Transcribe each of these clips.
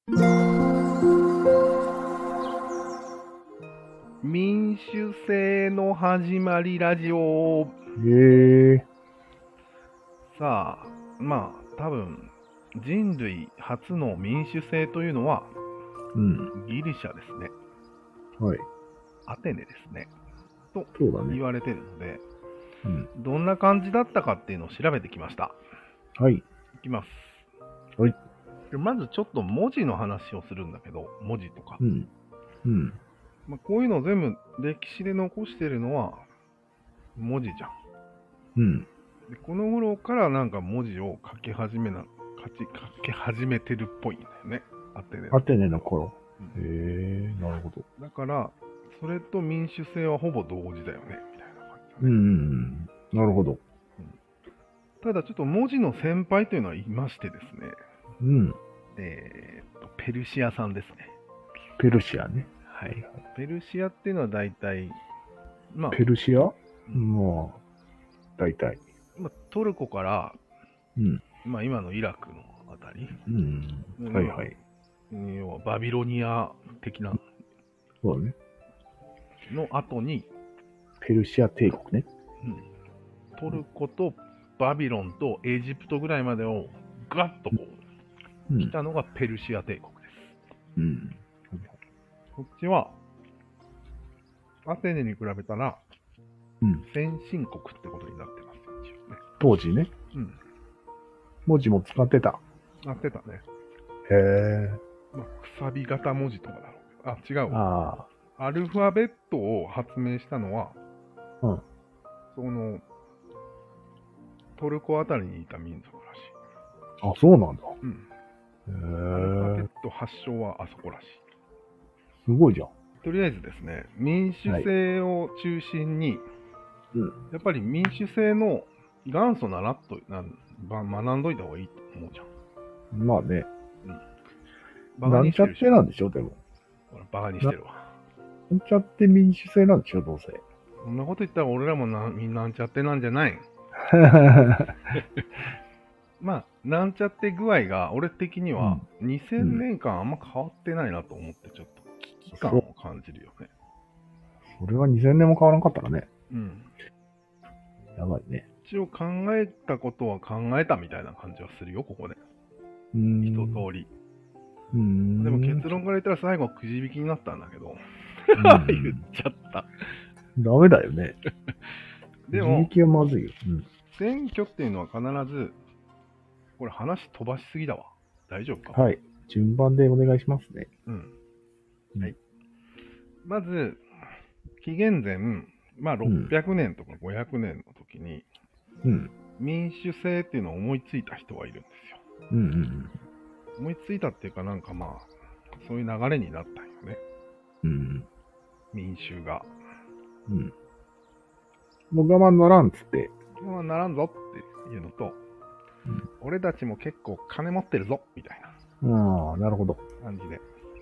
民主制の始まりラジオ。さあ、多分人類初の民主制というのはギリシャですね。 はい。 アテネですね。とそうだね。 言われてるので、どんな感じだったかっていうのを調べてきました。 はい。 いきます。 はい。 でまずちょっと文字の話をするんだけど、文字とか。こういうのを全部歴史で残してるのは文字じゃん。でこの頃からなんか文字を書き始めてるっぽいんだよね。アテネの頃。 なるほど。 だからそれと民主制はほぼ同時だよねみたいな感じだね。 なるほど。 ただちょっと文字の先輩というのはいましてですね。ペルシアさんですね。 ペルシアね。 はい。ペルシアっていうのは大体、 ペルシア大体。 トルコから、今のイラクのあたり。 はいはい。 要はバビロニア的な。 そうだね。 の後に、 ペルシア帝国ね。 トルコとバビロンとエジプトぐらいまでをガッとこう、来たのがペルシア帝国です。こっちは、アテネに比べたら、先進国ってことになってますよね。 当時ね。文字も使ってた。 使ってたね。 へぇくさび型文字とかだろう。違うわ。アルファベットを発明したのは、その、トルコあたりにいた民族らしい。 そうなんだ。 アルファベット発祥はあそこらしい。 すごいじゃん。 とりあえずですね、民主制を中心に、やっぱり民主制の元祖学んどいた方がいいと思うじゃん。 まあね。なんちゃってなんでしょ、でも。 バカにしてるわ。 なんちゃって民主制なんでしょ、どうせ。 そんなこと言ったら俺らもみんななんちゃってなんじゃない。なんちゃって具合が俺的には2000年間あんま変わってないなと思ってちょっと危機感を感じるよね。 それは2000年も変わらなかったらね。やばいね。 一応考えたことは考えたみたいな感じはするよ、ここで。一通り。でも結論から言ったら最後はくじ引きになったんだけど。言っちゃった。 ダメだよね。 でも、 くじ引きはまずいよ。 選挙っていうのは必ず、これ話飛ばしすぎだわ。大丈夫か？ はい。順番でお願いしますね。 はい。まず、紀元前、600年とか500年の時に、民主制っていうのを思いついた人がいるんですよ。思いついたっていうかそういう流れになったんよね。民衆が。 もう我慢ならんっつって。 我慢ならんぞっていうのと、俺たちも結構金持ってるぞみたいな。 なるほど。 感じで。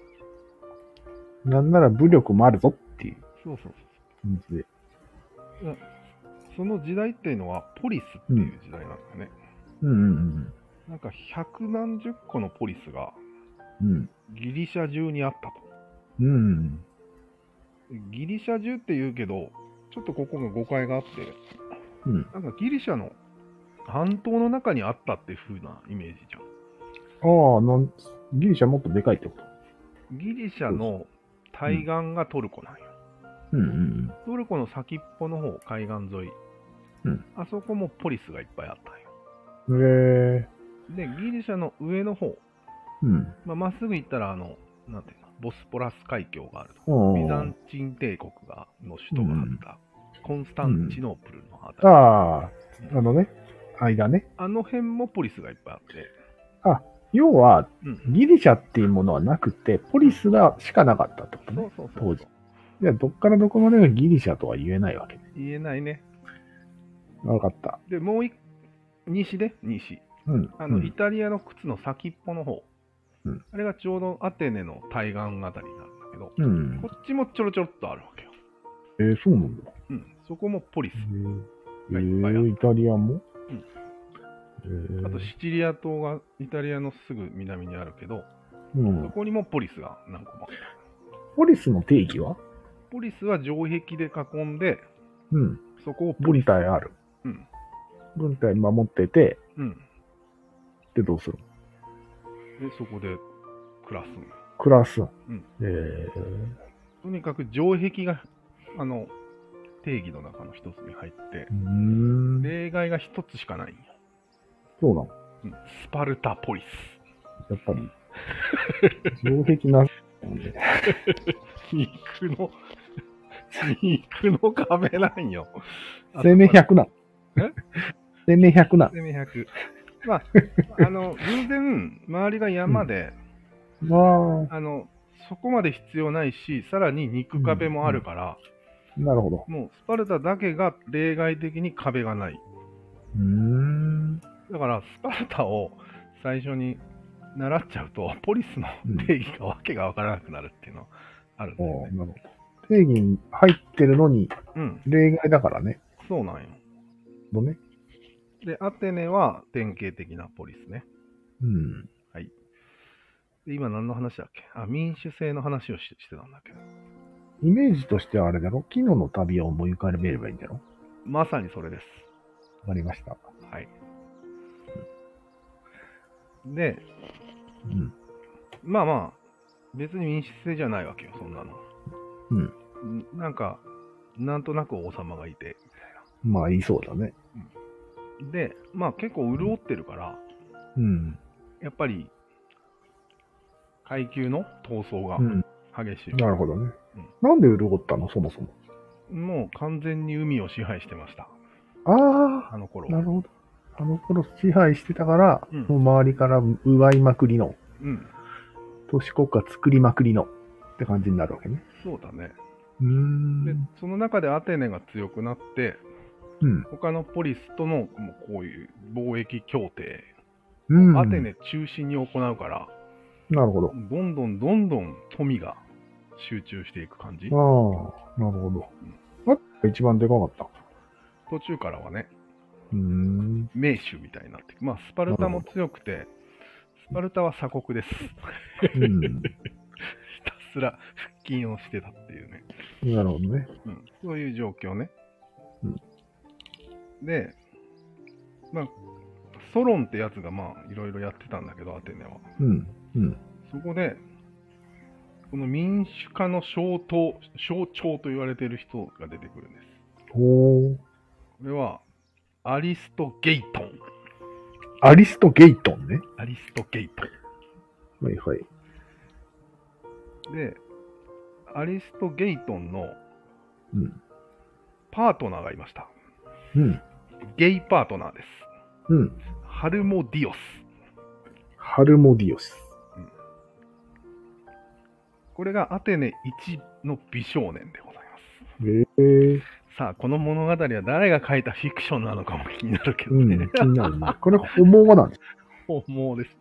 なんなら武力もあるぞっていう。 そう感じで。 その時代っていうのはポリスっていう時代なんだよね。なんか百何十個のポリスがギリシャ中にあったと。ギリシャ中って言うけど、ちょっとここが誤解があって、なんかギリシャの半島の中にあったっていう風なイメージじゃん。 ギリシャもっとでかいってこと？ ギリシャの対岸がトルコなんよ。トルコの先っぽの方、海岸沿い。あそこもポリスがいっぱいあったんよ。で、ギリシャの上の方、まっすぐ行ったらなんていうの、ボスポラス海峡があると。ビザンチン帝国の首都があった、コンスタンチノープルのあたり。 間ね。 あの辺もポリスがいっぱいあって。 要は、ギリシャっていうものはなくて、ポリスがしかなかったってことね。当時。いや、どっからどこまでがギリシャとは言えないわけね。 言えないね。 わかった。 で、もう西。イタリアの靴の先っぽの方。あれがちょうどアテネの対岸あたりになるんだけど、こっちもちょろちょろっとあるわけよ。 そうなんだ。 そこもポリスがいっぱいある。 イタリアも？ あとシチリア島がイタリアのすぐ南にあるけど、 そこにもポリスが何個もあった。 ポリスの定義は？ ポリスは城壁で囲んで、そこを軍隊ある。軍隊守ってて、で、どうする？ で、そこで暮らす。 暮らす。 とにかく城壁が、定義の中の一つに入って、例外が一つしかないんや。 そうなの？ スパルタポリス。やっぱり、城壁な、 肉の壁なんよ。 生命100な。生命100な。 生命100。まあ、偶然、周りが山で、そこまで必要ないし、さらに肉壁もあるから、 なるほど。 もうスパルタだけが例外的に壁がない。だから、スパルタを最初に習っちゃうと、ポリスの定義がわけがわからなくなるっていうのはあるんですよね。 なるほど。定義に入ってるのに、例外だからね。 そうなんよ。 ね。 で、アテネは典型的なポリスね。はい。で、今何の話だっけ？民主制の話をしてたんだけど。 イメージとしてはあれだろ？昨日の旅を思い浮かべればいいんだろ？ まさにそれです。 わかりました。 はい。で、まあ、別に民主制じゃないわけよ、そんなの。なんか、なんとなく王様がいて、みたいな。まあ、いいそうだね。 で、まあ結構潤ってるから、やっぱり、階級の闘争が激しい。 なるほどね。なんで潤ったの、そもそも。 もう完全に海を支配してました。 あの頃。なるほど。あの頃支配してたから、もう周りから奪いまくりの、都市国家作りまくりのって感じになるわけね。 そうだね。で、その中でアテネが強くなって、他のポリスとのこういう貿易協定、アテネ中心に行うから、 なるほど。 どんどん富が集中していく感じ。 なるほど。一番でかかった。 途中からはね、名手みたいになっていく。まあ、スパルタも強くて、スパルタは鎖国です。ひたすら腹筋をしてたっていうね。 なるほどね。 そういう状況ね。で、まあ、ソロンってやつがまあ、いろいろやってたんだけど、アテネは。そこで、この民主化の象徴と言われている人が出てくるんです。これは、アリスト・ゲイトン。 アリスト・ゲイトンね。 アリスト・ゲイトン。 はいはい。 で、アリスト・ゲイトンのパートナーがいました。ゲイパートナーです。ハルモディオス。 ハルモディオス。 これがアテネ一の美少年でございます。さあ、この物語は誰が書いたフィクションなのかも気になるけどね。 気になるね。これ本物なんです。 本物です。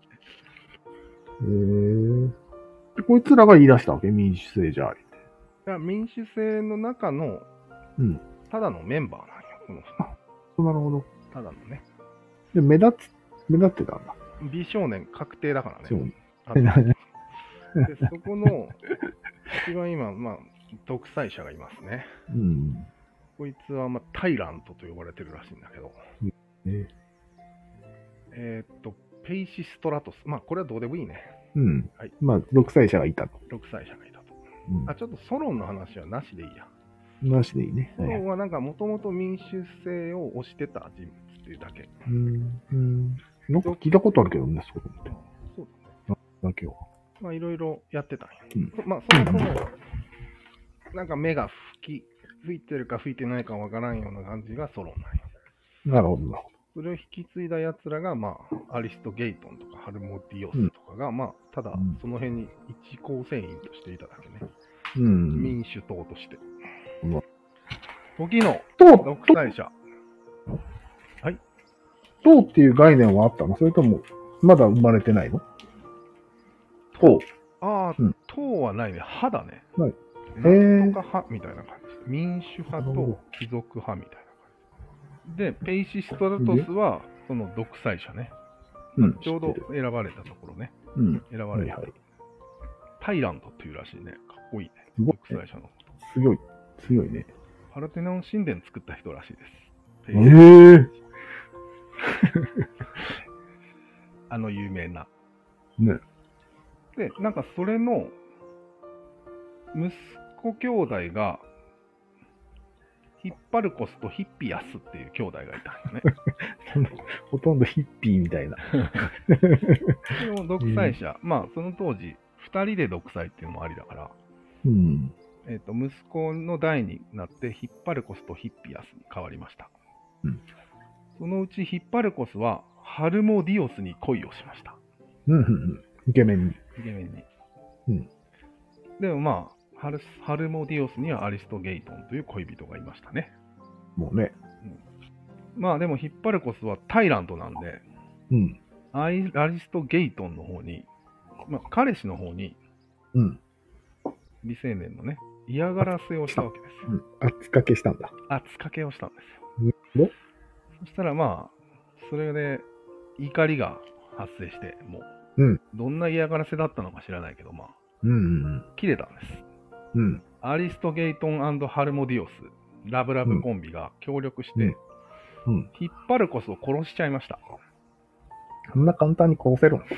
こいつらが言い出したわけ？民主制じゃあり。 いや、民主制の中の、ただのメンバーなんよ、この人。なるほど。 ただのね。 で、目立ってたんだ。 美少年確定だからね。で、そこの、一番今、まあ、独裁者がいますね。こいつは、まあ、タイラントと呼ばれてるらしいんだけど。ペイシストラトス。まあ、これはどうでもいいね。 はい。まあ、独裁者がいたと。 独裁者がいたと。ちょっとソロンの話はなしでいいや。 なしでいいね。 ソロンはなんか、もともと民主制を推してた人物っていうだけ。 なんか聞いたことあるけどね、ソロンって。 そうだね。 だけは。 まあ、いろいろやってたんや。まあ、そもそも、なんか目が吹いてるか吹いてないかわからんような感じがソロンなんや。 なるほど。 それを引き継いだ奴らが、まあ、アリスト・ゲイトンとかハルモディオスとかが、まあ、ただ、その辺に一構成員としていただけね。民主党として。時の独裁者。はい。 党っていう概念はあったの？それとも、まだ生まれてないの？党。 党はないね。派だね。 はい。 なんとか派みたいな感じ。民主派と貴族派みたいな感じ。で、ペイシストラトスは、その独裁者ね。ちょうど選ばれたところね。選ばれた。 タイラントっていうらしいね。かっこいいね。独裁者のこと。 強いね。 パルテノン神殿作った人らしいです。有名な。 ね。 で、なんかそれの、息子兄弟が、ヒッパルコスとヒッピアスっていう兄弟がいたんよね。 ほとんどヒッピーみたいな。 でも独裁者、まあその当時、2人で独裁っていうのもありだから、 うん、 息子の代になってヒッパルコスとヒッピアスに変わりました。 うん、 そのうちヒッパルコスはハルモディオスに恋をしました。 イケメンに。うん、 でもまあ、ハルモディオスにはアリストゲイトンという恋人がいましたね。 もうね。 まあでもヒッパルコスはタイラントなんで、アリストゲイトンの方に、まあ彼氏の方に、未成年のね、嫌がらせをしたわけですよ。 圧かけしたんだ。 圧かけをしたんですよ。そしたらまあ、それで怒りが発生して、もう、どんな嫌がらせだったのか知らないけど、まあ、切れたんです。アリストゲイトン&ハルモディオス、ラブラブコンビが協力して、ヒッパルコスを殺しちゃいました。 そんな簡単に殺せるの？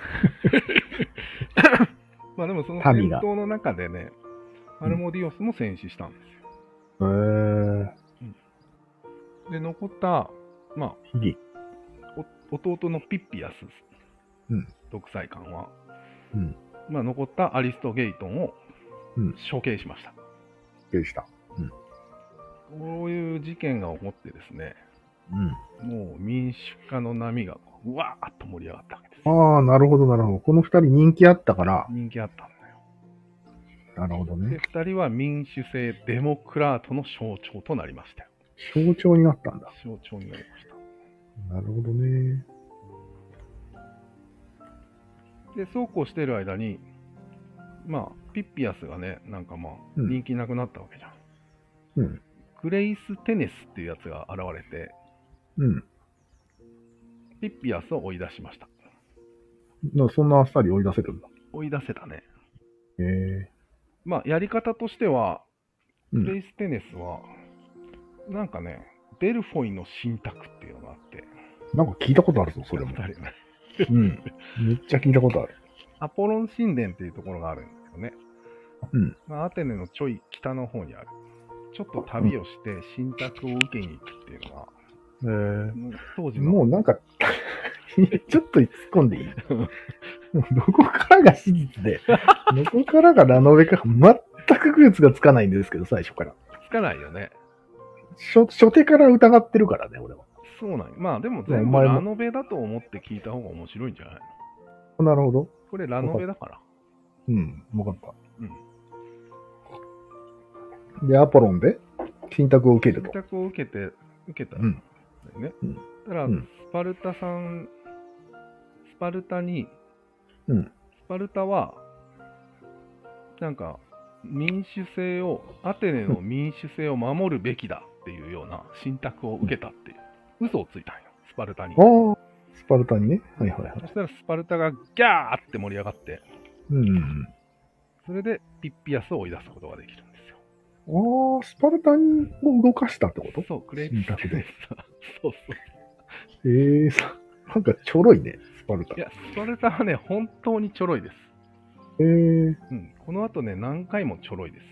まあでもその戦闘の中でね、ハルモディオスも戦死したんですよ。で、残った、まあ、弟のピッピアス、独裁官は、まあ残ったアリストゲイトンを処刑しました。こういう事件が起こってですね、もう民主化の波がうわーっと盛り上がったわけです。 ああ、なるほど。この二人人気あったから。 人気あったんだよ。 なるほどね。 で、二人は民主制デモクラートの象徴となりましたよ。 象徴になったんだ。 象徴になりました。 なるほどね。 で、そうこうしてる間に、まあ、ピッピアスがね、なんかまあ、人気なくなったわけじゃん。グレイス・テネスっていうやつが現れて、ピッピアスを追い出しました。 そんなあっさり追い出せるんだ。 追い出せたね。まあ、やり方としては、グレイス・テネスは、なんかね、デルフォイの神託っていうのがあって。 なんか聞いたことあるぞ、それも。めっちゃ聞いたことある。 アポロン神殿っていうところがあるんですよね。まあ、アテネのちょい北の方にある。ちょっと旅をして神託を受けに行くっていうのが、当時の。 もうなんか、ちょっと突っ込んでいいどこからが史実で、どこからがラノベか全く区別がつかないんですけど、最初から。 つかないよね。 初手から疑ってるからね、俺は。 そうなんよ。まあでも全部ラノベだと思って聞いた方が面白いんじゃないの？なるほど。 これラノベだから。 わかった。で、アポロンで神託を受けると。 神託を受けた。ね。だから、スパルタは、なんか、アテネの民主制を守るべきだっていうような神託を受けたっていう、嘘をついたんよ、スパルタに。 スパルタにね。 そしたらスパルタがギャーって盛り上がって、それでピッピアスを追い出すことができるんですよ。 スパルタに動かしたってこと？ そう、クレイ神託で。そう。 なんかちょろいね、スパルタ。 いや、スパルタはね、本当にちょろいです。この後ね、何回もちょろいです。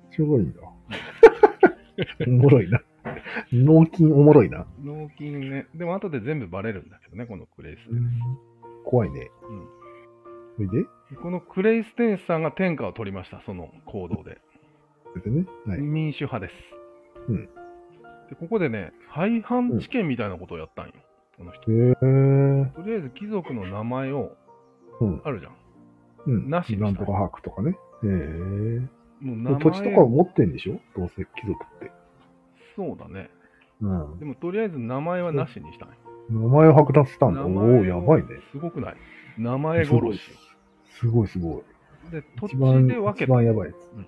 ちょろいんだ。おもろいな。脳筋おもろいな。 脳筋ね。でも後で全部バレるんだけどね、このクレイス。 怖いね。それでこのクレイステンスさんが天下を取りました、その行動で。民主派です。で、ここでね、廃藩置県みたいなことをやったんよ、この人。とりあえず貴族の名前を、あるじゃん。なしにした。 なんとか博とかね。もう土地とかを持ってんでしょ、どうせ貴族って。 そうだね。でもとりあえず名前はなしにしたんよ。 名前を剥奪したんだ。やばいね。 すごいない。名前殺し。 すごい。 で、土地で分けた。 一番やばいやつ。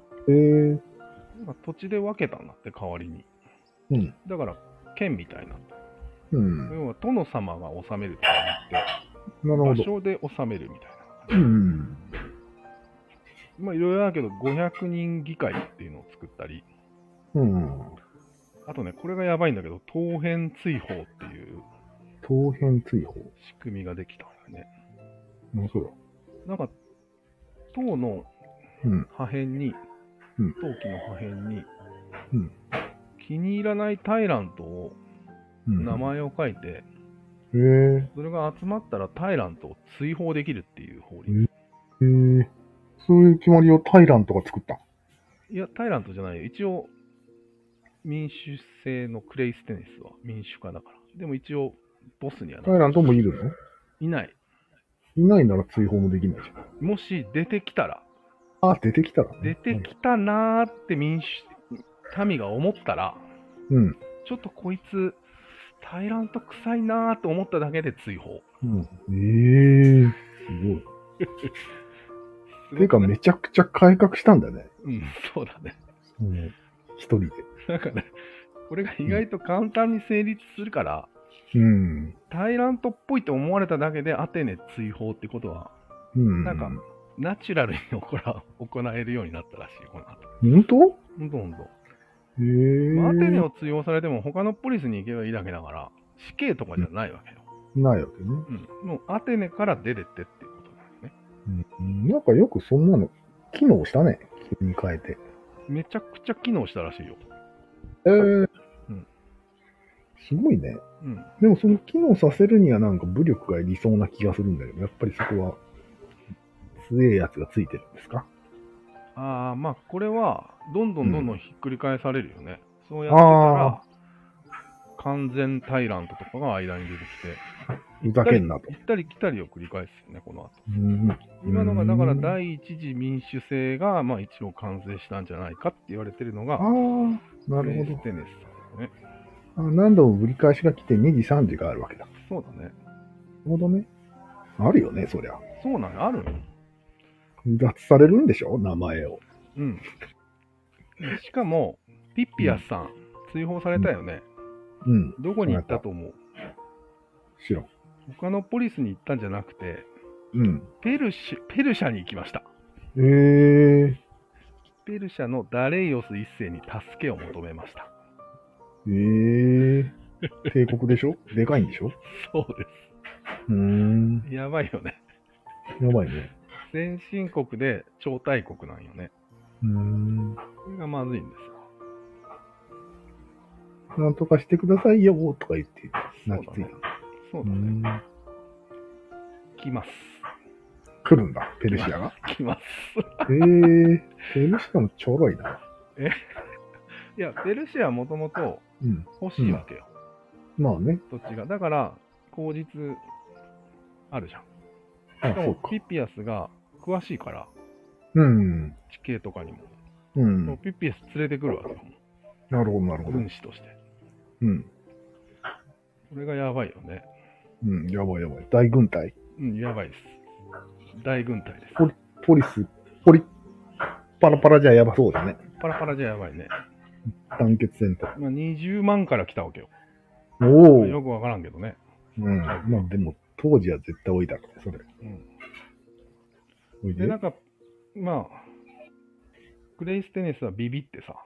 土地で分けたんだって、代わりに。だから、県みたいな。要は、殿様が治めるって言って、場所で治めるみたいな。 まあいろいろあるけど、500人議会っていうのを作ったり、あとね、これがやばいんだけど、当編追放っていう、 当編追放仕組みができたんだよね。 そうだ。 なんか、党の破片に、陶器の破片に、気に入らないタイラントを、名前を書いて、それが集まったらタイラントを追放できるっていう法律。 そういう決まりをタイラントが作った？ いや、タイラントじゃないよ。一応、民主制のクレイステネスは民主化だから。でも一応、ボスにはなタイラントもいるの？ いない。 いないなら追放もできないじゃん。もし出てきたら。 出てきたら、 出てきたなーって民が思ったら、ちょっとこいつ、タイラント臭いなーと思っただけで追放。 すごい。ていうか、めちゃくちゃ改革したんだね。 そうだね。 一人で。 なんかね、これが意外と簡単に成立するから、タイラントっぽいと思われただけでアテネ追放ってことは、なんか、ナチュラルに行えるようになったらしい、この後。 本当？ 本当。アテネを追放されても他のポリスに行けばいいだけだから、死刑とかじゃないわけよ。 ないわけね。 もうアテネから出てってっていうことなんよね。なんかよくそんなの機能したね。急に変えて。 めちゃくちゃ機能したらしいよ。 すごいね。でもその機能させるにはなんか武力が理想な気がするんだけど、やっぱりそこは強いやつがついてるんですか？ まあこれはどんどんひっくり返されるよね。そうやってたら完全タイラントとかが間に出てきて、 ふざけんなと。 行ったり来たりを繰り返すよね、この後。今のがだから第一次民主制がまあ一応完成したんじゃないかって言われてるのが、 なるほど。 ステネスさんね。 何度もぶり返しが来て2時3時があるわけだ。 そうだね。 なるほどね。あるよね、そりゃ。 そうなの、あるよ。 脱されるんでしょ、名前を。 しかも、ピッピアスさん、追放されたよね。どこに行ったと思う？ 知らん。 他のポリスに行ったんじゃなくて、ペルシャに行きました。ペルシャのダレイオス一世に助けを求めました。 帝国でしょ？でかいんでしょ？ そうです。やばいよね。 やばいね。 先進国で超大国なんよね。これがまずいんですよ。なんとかしてくださいよとか言って泣きついた。 そうだね。来ます。 来るんだ、ペルシアが。 来ます。 ペルシアもちょろいな。 いや、ペルシアはもともと欲しいわけよ。 まあね。 どっちが。だから、口実あるじゃん。でも、ピッピアスが詳しいから、地形とかにも。ピッピアス連れてくるわけよ。 なるほど、なるほど。 軍師として。これがやばいよね。 やばいやばい。大軍隊？ やばいです。大軍隊です。 パラパラじゃやばそうだね。 パラパラじゃやばいね。 団結戦と。 20万から来たわけよ。よくわからんけどね。 まあでも、当時は絶対多いだろうね、それ。 で、なんか、まあ、クレイステネスはビビってさ、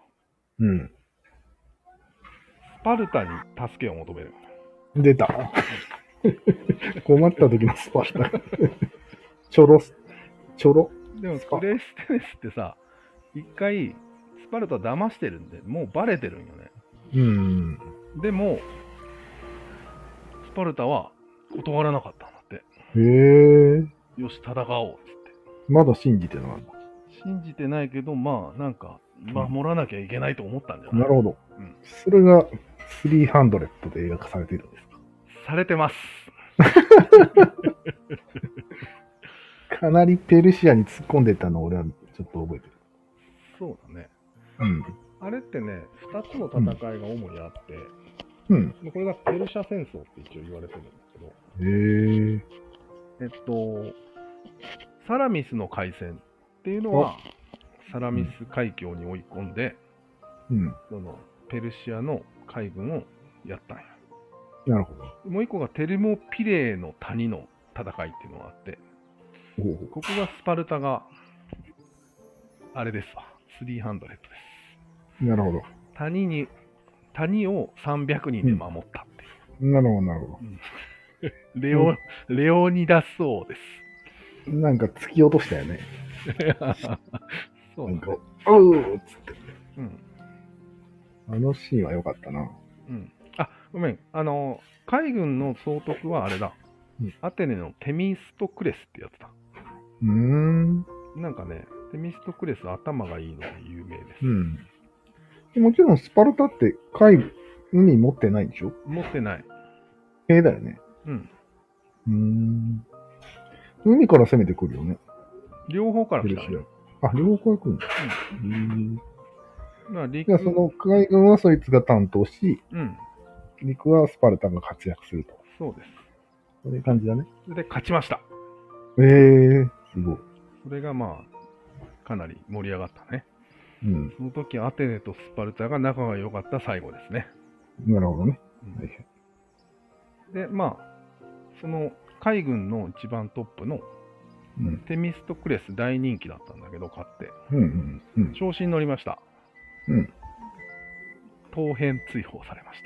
スパルタに助けを求める。 出た。困った時のスパルタ。ちょろ。 でも、クレイステネスってさ、一回、スパルタ騙してるんで、もうバレてるんよね。でも、スパルタは断らなかったんだって。よし、戦おうっつって。 まだ信じてないんだ。 信じてないけど、まあ、なんか、守らなきゃいけないと思ったんじゃない？ なるほど。それが、300で映画化されているんですか？ されてます。 かなりペルシアに突っ込んでたのを俺はちょっと覚えてる。 そうだね。あれってね、2つの戦いが主にあって、これがペルシャ戦争って一応言われてるんですけど、サラミスの海戦っていうのは、サラミス海峡に追い込んで、そのペルシアの海軍をやったんや。 なるほど。 もう一個がテルモピレーの谷の戦いっていうのがあって、ここがスパルタがあれですわ。300です。 なるほど。 谷を300人で守ったっていう。 なるほど、なるほど。 レオニダス王です。 なんか突き落としたよね。 そう、ね。なんか、 おうっつって。うん。あのシーンは良かったな。 うん。あ、ごめん。海軍の総督はあれだ。うん、アテネのテミストクレスってやつだ。なんかね、テミストクレス頭がいいので有名です。 うん。もちろんスパルタって海持ってないんでしょ？ 持ってない。 だよね。うん。海から攻めてくるよね。 両方から来たよ。 あ、両方から来るんだ。その海軍はそいつが担当し、陸はスパルタが活躍すると。 そうです。 そういう感じだね。 で、勝ちました。 すごい。 それがまあ、かなり盛り上がったね。その時、アテネとスパルタが仲が良かった最後ですね。 なるほどね。 で、まあ、その海軍の一番トップのテミストクレス大人気だったんだけど、勝って。調子に乗りました。当編追放されました。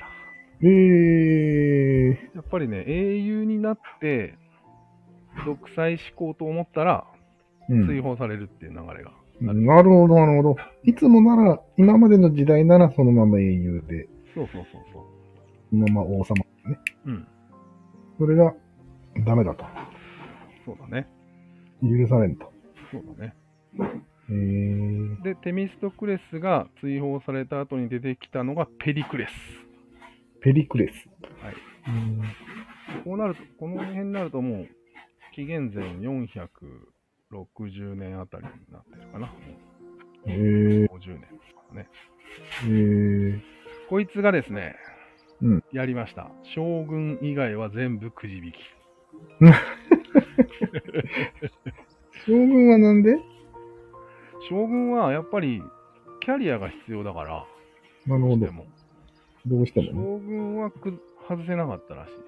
やっぱりね、英雄になって独裁しこうと思ったら追放されるっていう流れが、 なるほど、なるほど。いつもなら、今までの時代ならそのまま英雄で。 そう。 そのまま王様ですね。それがダメだと。 そうだね。 許されんと。 そうだね。で、テミストクレスが追放された後に出てきたのがペリクレス。 ペリクレス。 はい。この辺になるともう、紀元前460年あたりになってるかな。50年ですからね。こいつがですね、やりました。将軍以外は全部くじ引き。 将軍はなんで？ 将軍はやっぱりキャリアが必要だから。 なるほど。どうしてもね。 将軍は外せなかったらしい。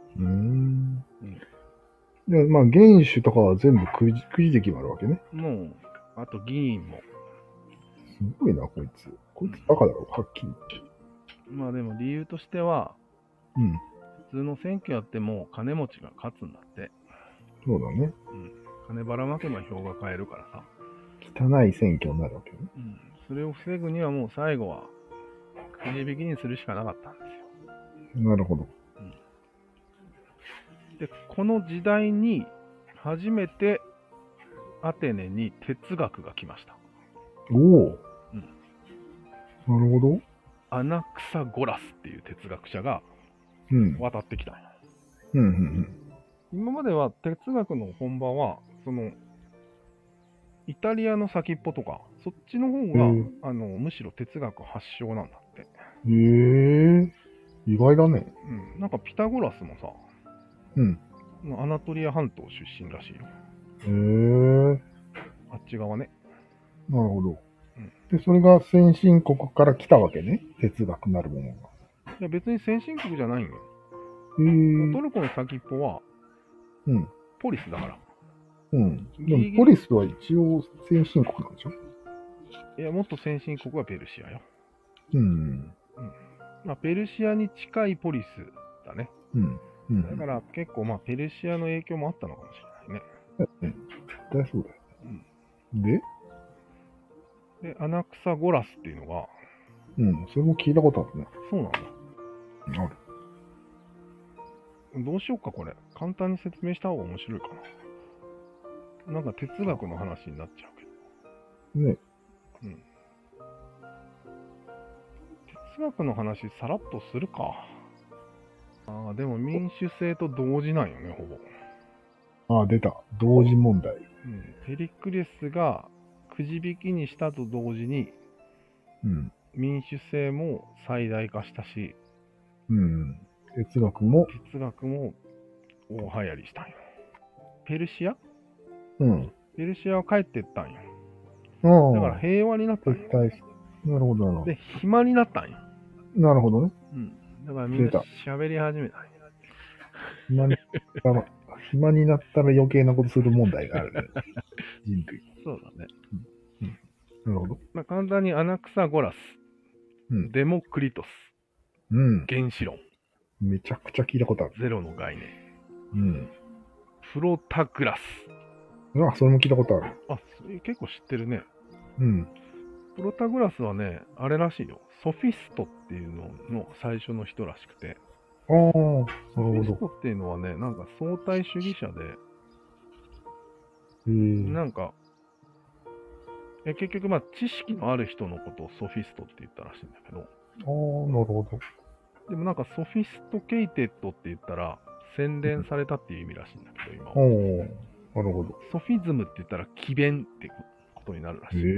でまあ、元首とかは全部くじで決まるわけね。 もう、あと議員も。 すごいな、こいつ。こいつバカだろ、はっきり言って。 まあでも理由としては、普通の選挙やっても金持ちが勝つんだって。 そうだね。 金ばらまけば票が買えるからさ。 汚い選挙になるわけね。 それを防ぐにはもう最後は、くじ引きにするしかなかったんですよ。なるほど。 で、この時代に初めてアテネに哲学が来ました。 おお。なるほど。 アナクサゴラスっていう哲学者が渡ってきたんや。今までは哲学の本場は、イタリアの先っぽとか、そっちの方が、むしろ哲学発祥なんだって。 意外だね。 なんかピタゴラスもさ、アナトリア半島出身らしいよ。あっち側ね。 なるほど。で、それが先進国から来たわけね。哲学なるものが。 いや、別に先進国じゃないんよ。トルコの先っぽは、ポリスだから。 でもポリスは一応先進国なんでしょ？ いや、もっと先進国はペルシアよ。まあ、ペルシアに近いポリスだね。だから結構まあペルシアの影響もあったのかもしれないね。 絶対そうだよ。 で、アナクサゴラスっていうのが。 それも聞いたことあるね。 そうなんだ。ある。どうしようか、これ。簡単に説明した方が面白いかな。なんか哲学の話になっちゃうけど。ね。哲学の話さらっとするか。でも民主制と同時なんよね、ほぼ。出た。同時問題。 ペリクレスがくじ引きにしたと同時に、民主制も最大化したし、 哲学も大流行りしたんよ。ペルシア？ペルシアは帰ってったんよ。だから平和になったんよ。 なるほど、なるほど。 で、暇になったんよ。 なるほどね。 だからみんな喋り始めたんよ。 暇になったら余計なことする問題があるね。人類。 そうだね。 簡単にアナクサゴラス、デモクリトス、原子論。 めちゃくちゃ聞いたことある。 ゼロの概念。プロタグラス。 それも聞いたことある。 結構知ってるね。プロタグラスはね、あれらしいよ。ソフィストっていうのの最初の人らしくて。 なるほど。 ソフィストっていうのはね、なんか相対主義者で、なんか、結局知識のある人のことをソフィストって言ったらしいんだけど。 なるほど。 でもなんかソフィストケイテッドって言ったら、洗練されたっていう意味らしいんだけど、今は。 なるほど。 ソフィズムって言ったら奇弁ってことになるらしい。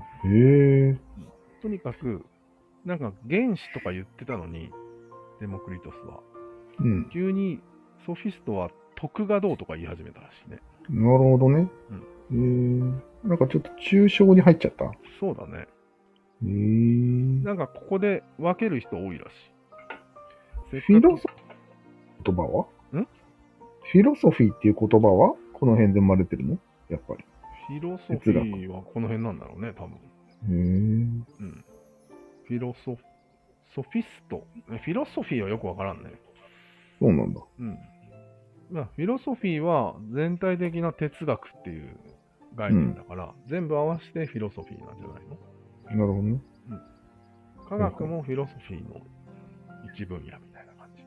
とにかく、なんか原子とか言ってたのに、デモクリトスは。急にソフィストは徳がどうとか言い始めたらしいね。 なるほどね。なんかちょっと抽象に入っちゃった。 そうだね。なんかここで分ける人多いらしい。 フィロソフィー言葉はフィロソフィーっていう言葉はこの辺で生まれてるのやっぱり。 フィロソフィーはこの辺なんだろうね、多分。フィロソフィスト。フィロソフィーはよくわからんね。 そうなんだ。 フィロソフィーは全体的な哲学っていう概念だから、全部合わせてフィロソフィーなんじゃないの？ なるほどね。 科学もフィロソフィーの一分野みたいな感じ。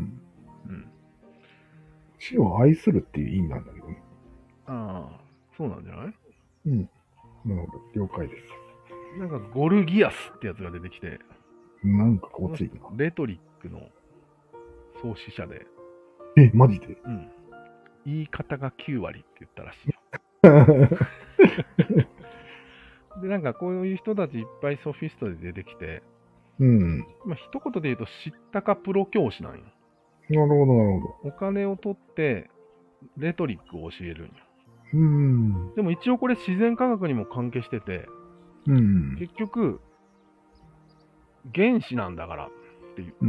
死を愛するっていう意味なんだけどね。 そうなんじゃない？ なるほど。了解です。 なんかゴルギアスってやつが出てきて、 なんかごついな。 レトリックの創始者で。 マジで？ 言い方が9割って言ったらしいよ。で、なんかこういう人たちいっぱいソフィストで出てきて、一言で言うと知ったかプロ教師なんよ。 なるほど、なるほど。お金を取ってレトリックを教えるんよ。でも一応これ自然科学にも関係してて、結局原子なんだからっていう、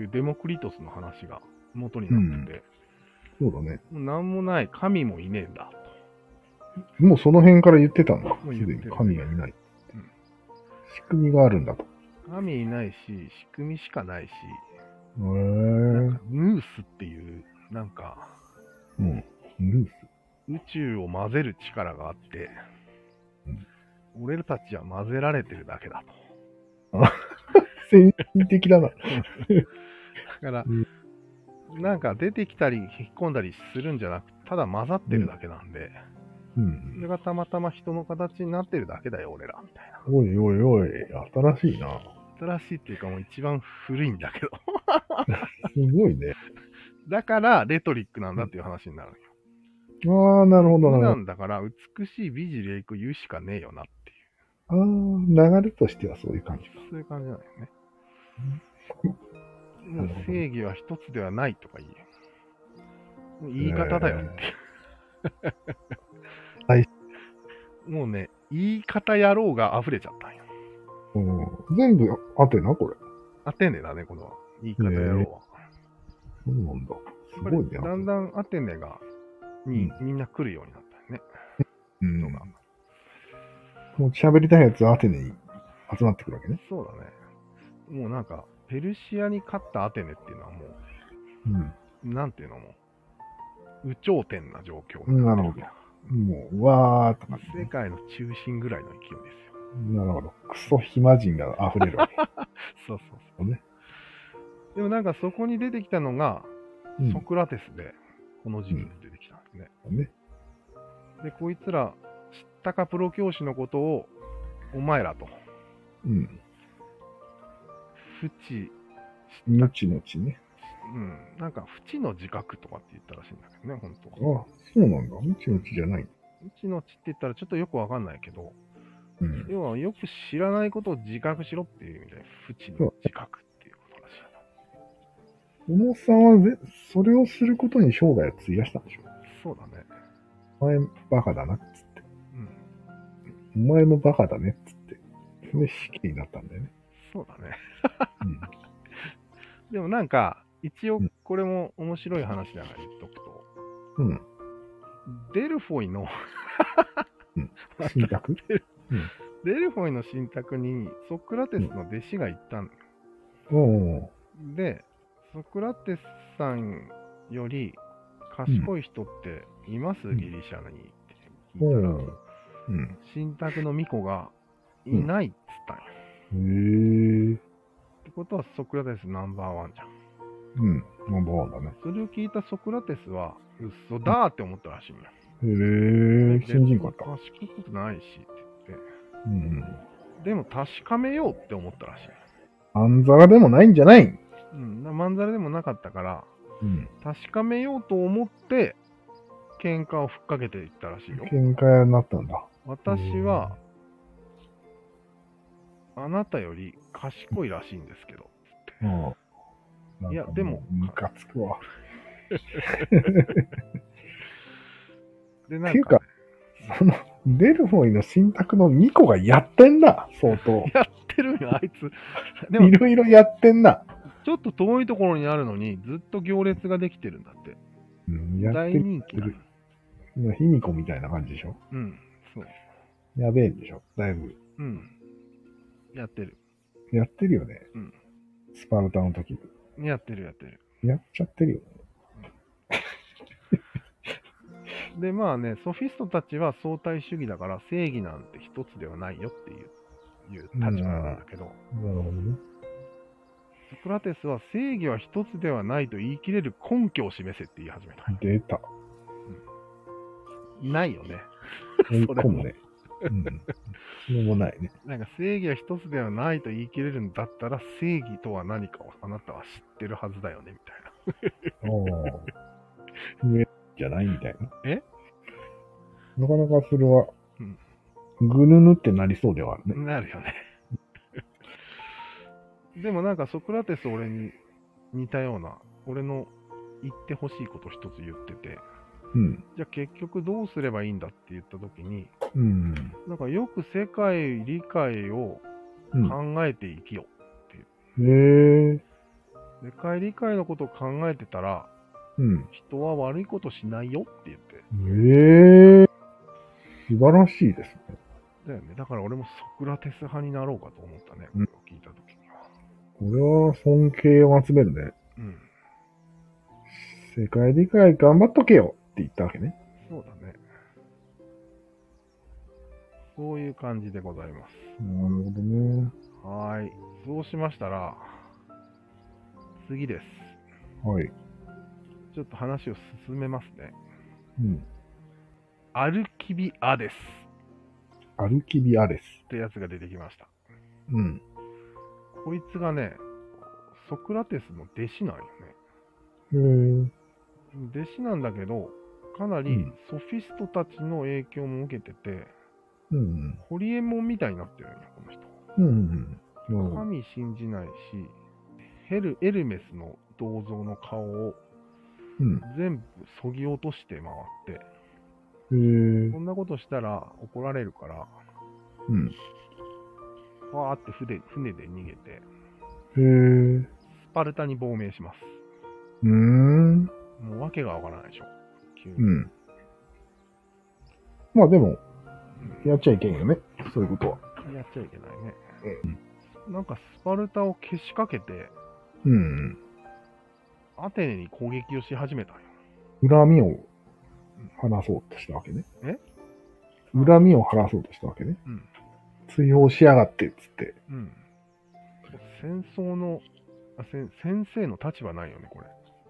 デモクリトスの話が元になってて、 そうだね。 なんもない、神もいねえんだと。もうその辺から言ってたんだ。すでに神がいない。仕組みがあるんだと。 神いないし、仕組みしかないし、ヌースっていう、なんか、 ヌース宇宙を混ぜる力があって、俺たちは混ぜられてるだけだと。 先進的だな。だから、なんか出てきたり引っ込んだりするんじゃなくて、ただ混ざってるだけなんで、それがたまたま人の形になってるだけだよ、俺ら、みたいな。 おいおいおい、新しいな。 新しいっていうかもう一番古いんだけど。 すごいね。 だから、レトリックなんだっていう話になるよ。 なるほど普段だから、美しい美辞麗句言うしかねえよなっていう。流れとしてはそういう感じか。 そういう感じなんだよね。もう正義は一つではないとか言え。言い方だよっていう。もうね、言い方野郎が溢れちゃったんよ。 全部アテナこれ。 アテネだね、この言い方野郎は。 そうなんだ。すごいね。 だんだんアテネにみんな来るようになったよね。 もう喋りたいやつはアテネに集まってくるわけね。 そうだね。もうなんか、ペルシアに勝ったアテネっていうのはもう、なんていうのも、有頂天な状況。 なるほど。もう、わーっとか、 世界の中心ぐらいの勢いですよ。 なるほど。クソ暇人が溢れるわけ。 そうね。でもなんかそこに出てきたのが、ソクラテスで、この時期に出てきたんですね。で、こいつら、知ったかプロ教師のことを、お前らと。不知、 無知の知ね。 なんか、不知の自覚とかって言ったらしいんだけどね、本当。 そうなんだ。無知の知じゃない。 無知の知って言ったらちょっとよくわかんないけど、要はよく知らないことを自覚しろっていう意味で、不知の自覚っていうことらしい。 小野さんはそれをすることに生涯を費やしたんでしょ？ そうだね。 お前バカだなっつって。お前もバカだねっつって。それで死刑になったんだよね。 そうだね。でもなんか、一応これも面白い話だから言っとくと、デルフォイの神格デルフォイの神託にソクラテスの弟子が行ったのよ。で、ソクラテスさんより賢い人っています、ギリシャにって聞いたら、神託の巫女がいないっつったんよ。ってことはソクラテスナンバーワンじゃん。 ナンバーワンだね。 それを聞いたソクラテスは、嘘だーって思ったらしいんよ。 信じんかった。 賢くないしって言って。でも確かめようって思ったらしい。 まんざらでもないんじゃない？ まんざらでもなかったから、確かめようと思って、喧嘩をふっかけていったらしいよ。 喧嘩屋になったんだ。 私は、あなたより賢いらしいんですけど。いや、でも。 ムカつくわ。 で、なんか、 っていうか、その、デルフォイの神託の2個がやってんな、相当。 やってるよ、あいつ。 でもいろいろやってんな。 ちょっと遠いところにあるのに、ずっと行列ができてるんだって。大人気なの。卑弥呼みたいな感じでしょ？ そう。 やべえんでしょ？だいぶ。 やってる。 やってるよね。スパルタの時に。やってる。 やっちゃってるよね。 で、まあね、ソフィストたちは相対主義だから正義なんて一つではないよっていう立場なんだけど、 なるほどね。 ソクラテスは正義は一つではないと言い切れる根拠を示せって言い始めた。 出た。 ないよね。 それもね。それもないね。 なんか正義は一つではないと言い切れるんだったら正義とは何かをあなたは知ってるはずだよねみたいな。じゃないみたいな。 なかなかそれは、ぐぬぬってなりそうではあるね。 なるよね。でもなんかソクラテス俺に似たような、俺の言ってほしいこと一つ言ってて、じゃあ結局どうすればいいんだって言ったときに、なんかよく世界理解を考えていきよっていう。世界理解のことを考えてたら、人は悪いことしないよって言って。 素晴らしいですね。 だよね。だから俺もソクラテス派になろうかと思ったね。これを聞いたときには。 これは尊敬を集めるね。世界理解頑張っとけよって言ったわけね。 そうだね。そういう感じでございます。 なるほどね。 はい。そうしましたら、次です。 はい。 ちょっと話を進めますね。アルキビアデス。 アルキビアデス。 ってやつが出てきました。 うん。 こいつがね、ソクラテスの弟子なんよね。弟子なんだけど、かなりソフィストたちの影響も受けてて、ホリエモンみたいになってるんよ、この人。神信じないし、エルメスの銅像の顔を全部削ぎ落として回って、そんなことしたら怒られるから、わーって船で逃げて、スパルタに亡命します。もう訳がわからないでしょ。急に。 まあでも、やっちゃいけんよね。そういうことは。 やっちゃいけないね。なんかスパルタをけしかけて、アテネに攻撃をし始めたんよ。 恨みを晴らそうとしたわけね。恨みを晴らそうとしたわけね。追放しやがってっつって。戦争の先生の立場ないよね、これ。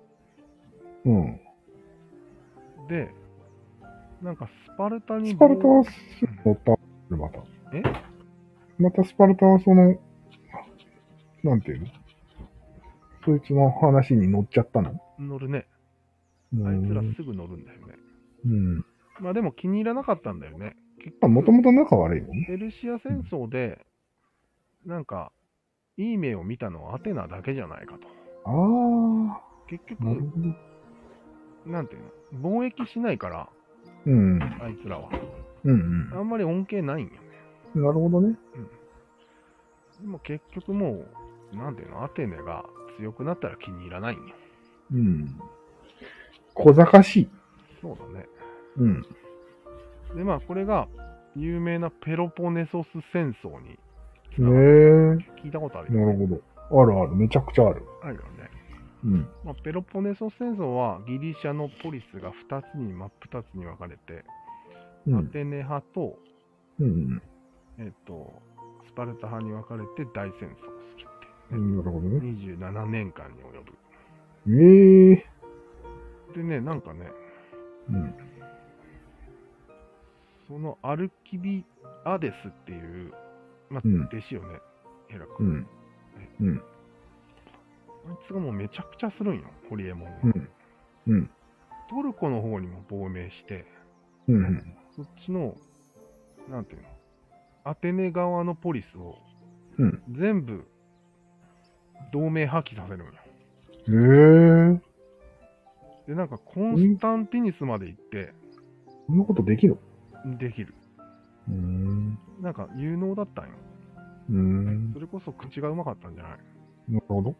で、なんかスパルタに。 スパルタは乗った、また。またスパルタはその、なんていうの？そいつの話に乗っちゃったの？ 乗るね。あいつらすぐ乗るんだよね。まあでも気に入らなかったんだよね。 もともと仲悪いもんね。 ペルシア戦争で、なんか、いい目を見たのはアテナだけじゃないかと。結局、なんていうの、貿易しないから、あいつらは。あんまり恩恵ないんよね。 なるほどね。 でも結局もう、なんていうの、アテネが強くなったら気に入らないんよ。 小賢しい。 そうだね。で、まあこれが、 有名なペロポネソス戦争に聞いたことあるよね。なるほど。あるある。めちゃくちゃある。 あるよね。 うん。 まあ、ペロポネソス戦争はギリシャのポリスが真っ二つに分かれて、アテネ派と、スパルタ派に分かれて大戦争をするっていう、 なるほどね。 27年間に及ぶ。でね、なんかね、そのアルキビアデスっていう、まあ、弟子よね、ヘラクレス。あいつがもうめちゃくちゃするんよ、ホリエモンが。トルコの方にも亡命して、そっちの、なんていうの、アテネ側のポリスを、全部、同盟破棄させるんよ。で、なんか、コンスタンティニスまで行って、 そんなことできるの？できる。なんか、有能だったんよ。それこそ口がうまかったんじゃない？ なるほど。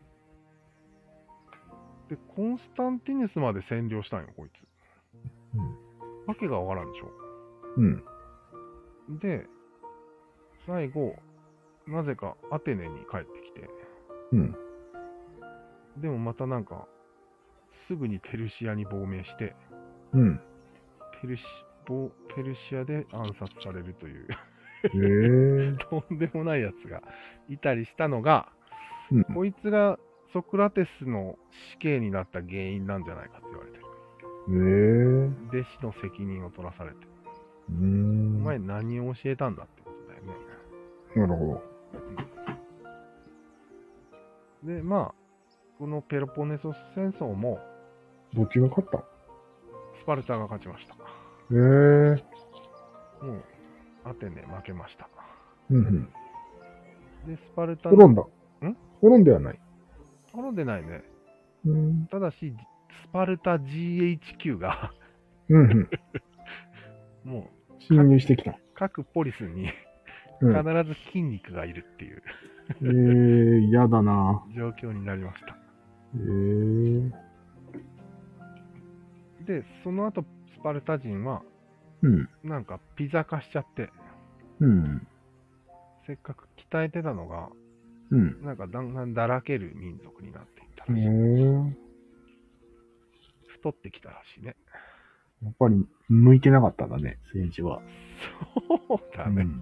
で、コンスタンティニスまで占領したんよ、こいつ。わけがわからんでしょ。で、最後、なぜかアテネに帰ってきて、でもまたなんか、すぐにペルシアに亡命して、ペルシアで暗殺されるというとんでもないやつがいたりしたのが、こいつがソクラテスの死刑になった原因なんじゃないかって言われてる。弟子の責任を取らされて。お前何を教えたんだってことだよね。 なるほど。で、まあ、このペロポネソス戦争も、 どっちが勝った？ スパルタが勝ちました。もう、アテネ負けました。で、スパルタ。 滅んだ。滅んではない。 滅んでないね。ただし、スパルタ GHQ がもう、 侵入してきた。 各ポリスに必ず筋肉がいるっていう、 嫌だな。 状況になりました。で、その後、スパルタ人は、なんかピザ化しちゃって、せっかく鍛えてたのが、なんかだんだんだらける民族になっていったらしい。太ってきたらしいね。 やっぱり向いてなかったんだね、政治は。 そうだね。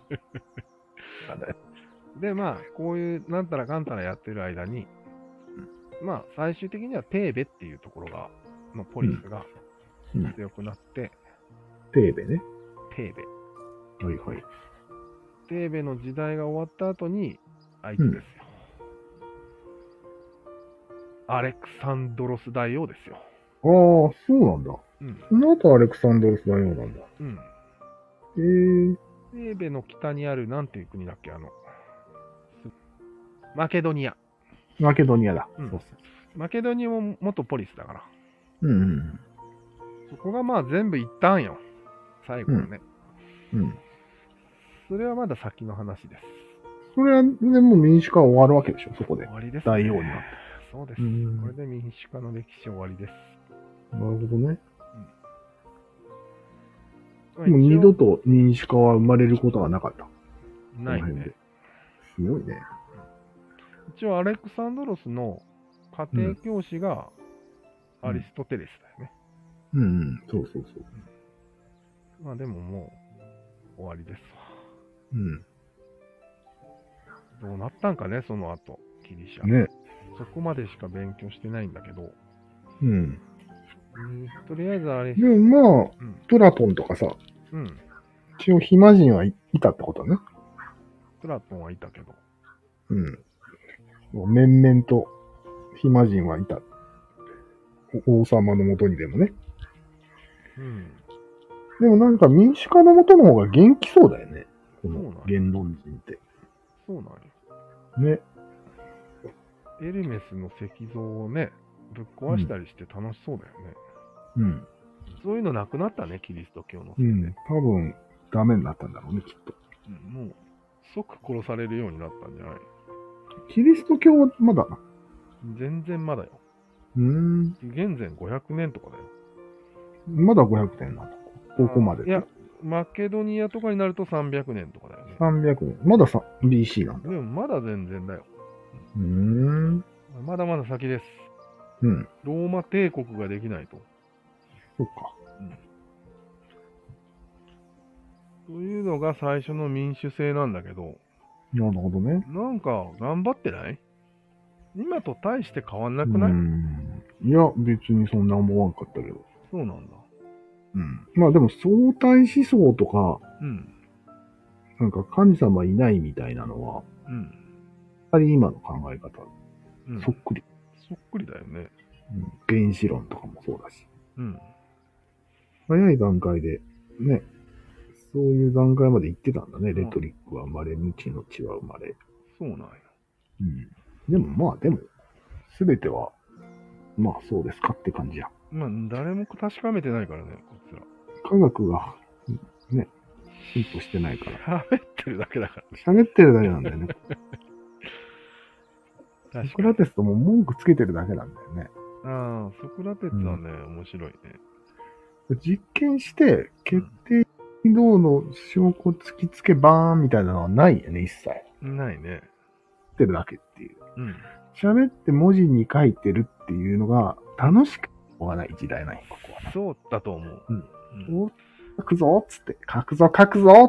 で、まあ、こういうなんたらかんたらやってる間に、まあ、最終的にはテーベっていうところのポリスが強くなって、 テーベね。 テーベ。 はいはい。 テーベの時代が終わった後に、あいつですよ。アレクサンドロス大王ですよ。 ああ、そうなんだ。その後アレクサンドロス大王なんだ。 テーベの北にある、なんていう国だっけ、マケドニア。 マケドニアだ。 そうそう。マケドニアも元ポリスだから。そこがまあ全部行ったんよ。最後はね。それはまだ先の話です。 それは、でも民主化は終わるわけでしょ、そこで。 終わりです、 大王になって。 そうです。これで民主化の歴史終わりです。 なるほどね。もう二度と民主化は生まれることはなかった。 ないね。 すごいね。 一応アレクサンドロスの家庭教師がアリストテレスだよね。 そうそうそう。 まあでももう終わりですわ。どうなったんかね、その後、ギリシャ。 ね。 そこまでしか勉強してないんだけど。とりあえずあれ。 でもまあ、プラトンとかさ、一応暇人はいたってことね。 プラトンはいたけど。 面々と暇人はいた。王様のもとにでもね。でもなんか民主化のもとの方が元気そうだよね。この言論人って。 そうなんよ。 ね。 エルメスの石像をね、ぶっ壊したりして楽しそうだよね。そういうのなくなったね、キリスト教のせいで。 多分、ダメになったんだろうね、きっと。 もう、即殺されるようになったんじゃない？ キリスト教はまだ？ 全然まだよ。現在500年とかだよ。 まだ500年なの？ここまで。 いや、 マケドニアとかになると300年とかだよね。 300年。まだBC なんだ。 でもまだ全然だよ。まだまだ先です。 うん。 ローマ帝国ができないと。 そっか。 というのが最初の民主制なんだけど。 なるほどね。 なんか頑張ってない？今と大して変わんなくない？ いや、別にそんな思わんかったけど。 そうなんだ。 まあでも相対思想とか、なんか神様いないみたいなのは、やはり今の考え方、そっくり。 そっくりだよね。 原子論とかもそうだし。早い段階で、ね、そういう段階まで行ってたんだね。レトリックは生まれ、無知の知は生まれ。 そうなんや。 でも、すべては、まあそうですかって感じや。 まあ、誰も確かめてないからね、こいつら。 科学が、ね、進歩してないから。 喋ってるだけだから。 喋ってるだけなんだよね。ソクラテスとも文句つけてるだけなんだよね。 ああ、ソクラテスはね、面白いね。 実験して、決定軌道の証拠突きつけバーンみたいなのはないよね、一切。 ないね。 言ってるだけっていう。 うん。 喋って文字に書いてるっていうのが楽しくもがない時代ない、ここは。 そうだと思う。 書くぞっつって、書くぞ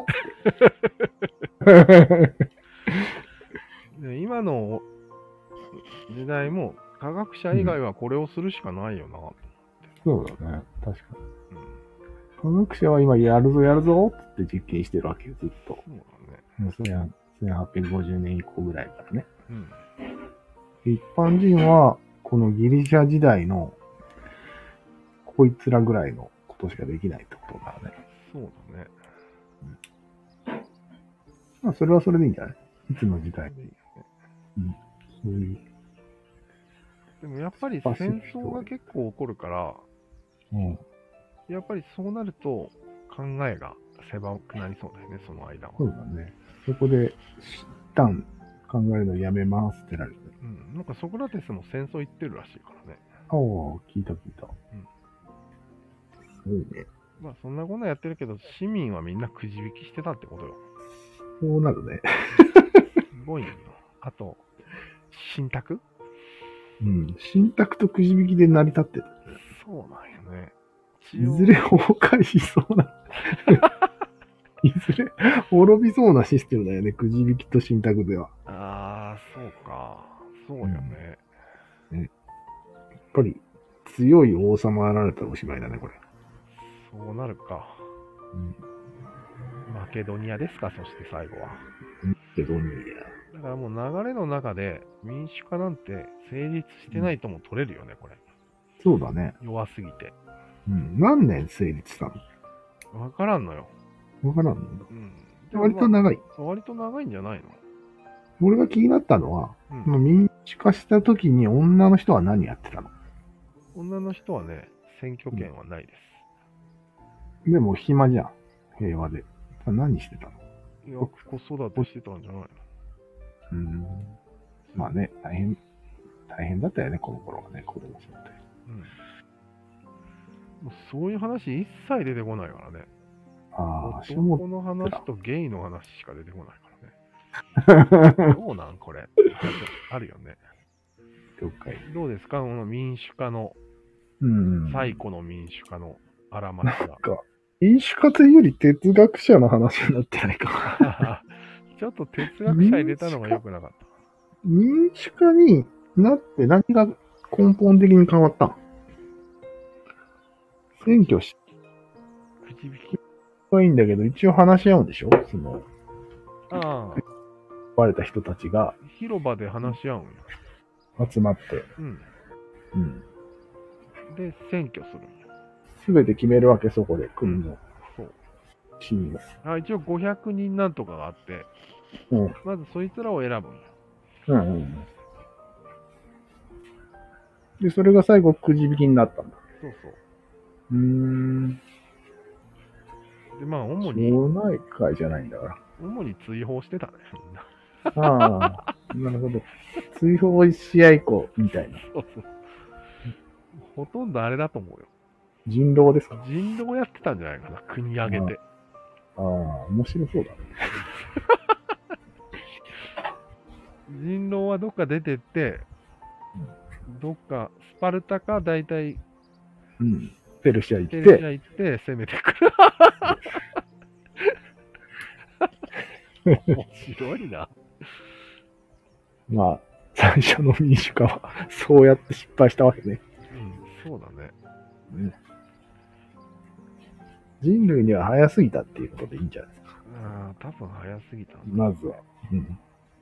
って今の時代も科学者以外はこれをするしかないよな。 そうだね、確かに。科学者は今やるぞって実験してるわけよ、ずっと。そうだね。1850年以降ぐらいからね。一般人は、このギリシャ時代の、こいつらぐらいのことしかできないってことだね。 そうだね。 まあ、それはそれでいいんじゃない？いつの時代でいいよね。そういう。 でもやっぱり戦争が結構起こるから、やっぱりそうなると考えが狭くなりそうだよね、その間は。 そうだね。そこで、一旦考えるのやめますってなるよね。 なんかソクラテスも戦争行ってるらしいからね。 ああ、聞いた。すごいね。 まあそんなことやってるけど、市民はみんなくじ引きしてたってことよ。 そうなるね。 すごいよ。あと、信託？ 信託とくじ引きで成り立ってる。 そうなんよね。 いずれ崩壊しそうな。いずれ滅びそうなシステムだよね、くじ引きと信託では。 ああ、そうか。そうよね。 やっぱり強い王様がられたらおしまいだね、これ。 そうなるか。マケドニアですか、そして最後は。 マケドニア。だからもう流れの中で民主化なんて成立してないとも取れるよね、これ。 そうだね。 弱すぎて。 何年成立したの？わからんのよ。 わからんのだ。割と長い。 割と長いんじゃないの？ 俺が気になったのは、民主化した時に女の人は何やってたの？ 女の人はね、選挙権はないです。 でも暇じゃん。平和で。何してたの？ いや、子育てしてたんじゃないの？ まあね、大変だったよね、この頃はね、子供育て。 もうそういう話一切出てこないからね。 男の話とゲイの話しか出てこないからね。どうなんこれ。あるよね。 了解。 どうですかこの民主化の、最古の民主化のあらましは。 民主化というより哲学者の話になってないか。 ちょっと哲学者入れたのが良くなかった。 民主化になって何が根本的に変わったん？選挙し、 くじ引きはいいんだけど、一応話し合うんでしょ？割れた人たちが。 広場で話し合うんよ。集まって。 で、選挙するんよ。 すべて決めるわけ、そこで、国の。市民が。一応500人なんとかがあって、まずそいつらを選ぶんよ。 で、それが最後、くじ引きになったんだ。 そうそう。で、まあ、主に。 町内会じゃないんだから。 主に追放してたね、みんな。 なるほど。追放試合以降、みたいな。 そうそう。ほとんどあれだと思うよ。 人狼ですか？ 人狼やってたんじゃないかな、国挙げて。 面白そうだね。 人狼はどっか出てって、どっか、スパルタか大体、 うん。ペルシア行って、 攻めてくる。面白いな。 まあ、最初の民主化は、そうやって失敗したわけね。 うん、そうだね。 人類には早すぎたっていうことでいいんじゃないですか。 ああ、多分早すぎた。 まずは。うん。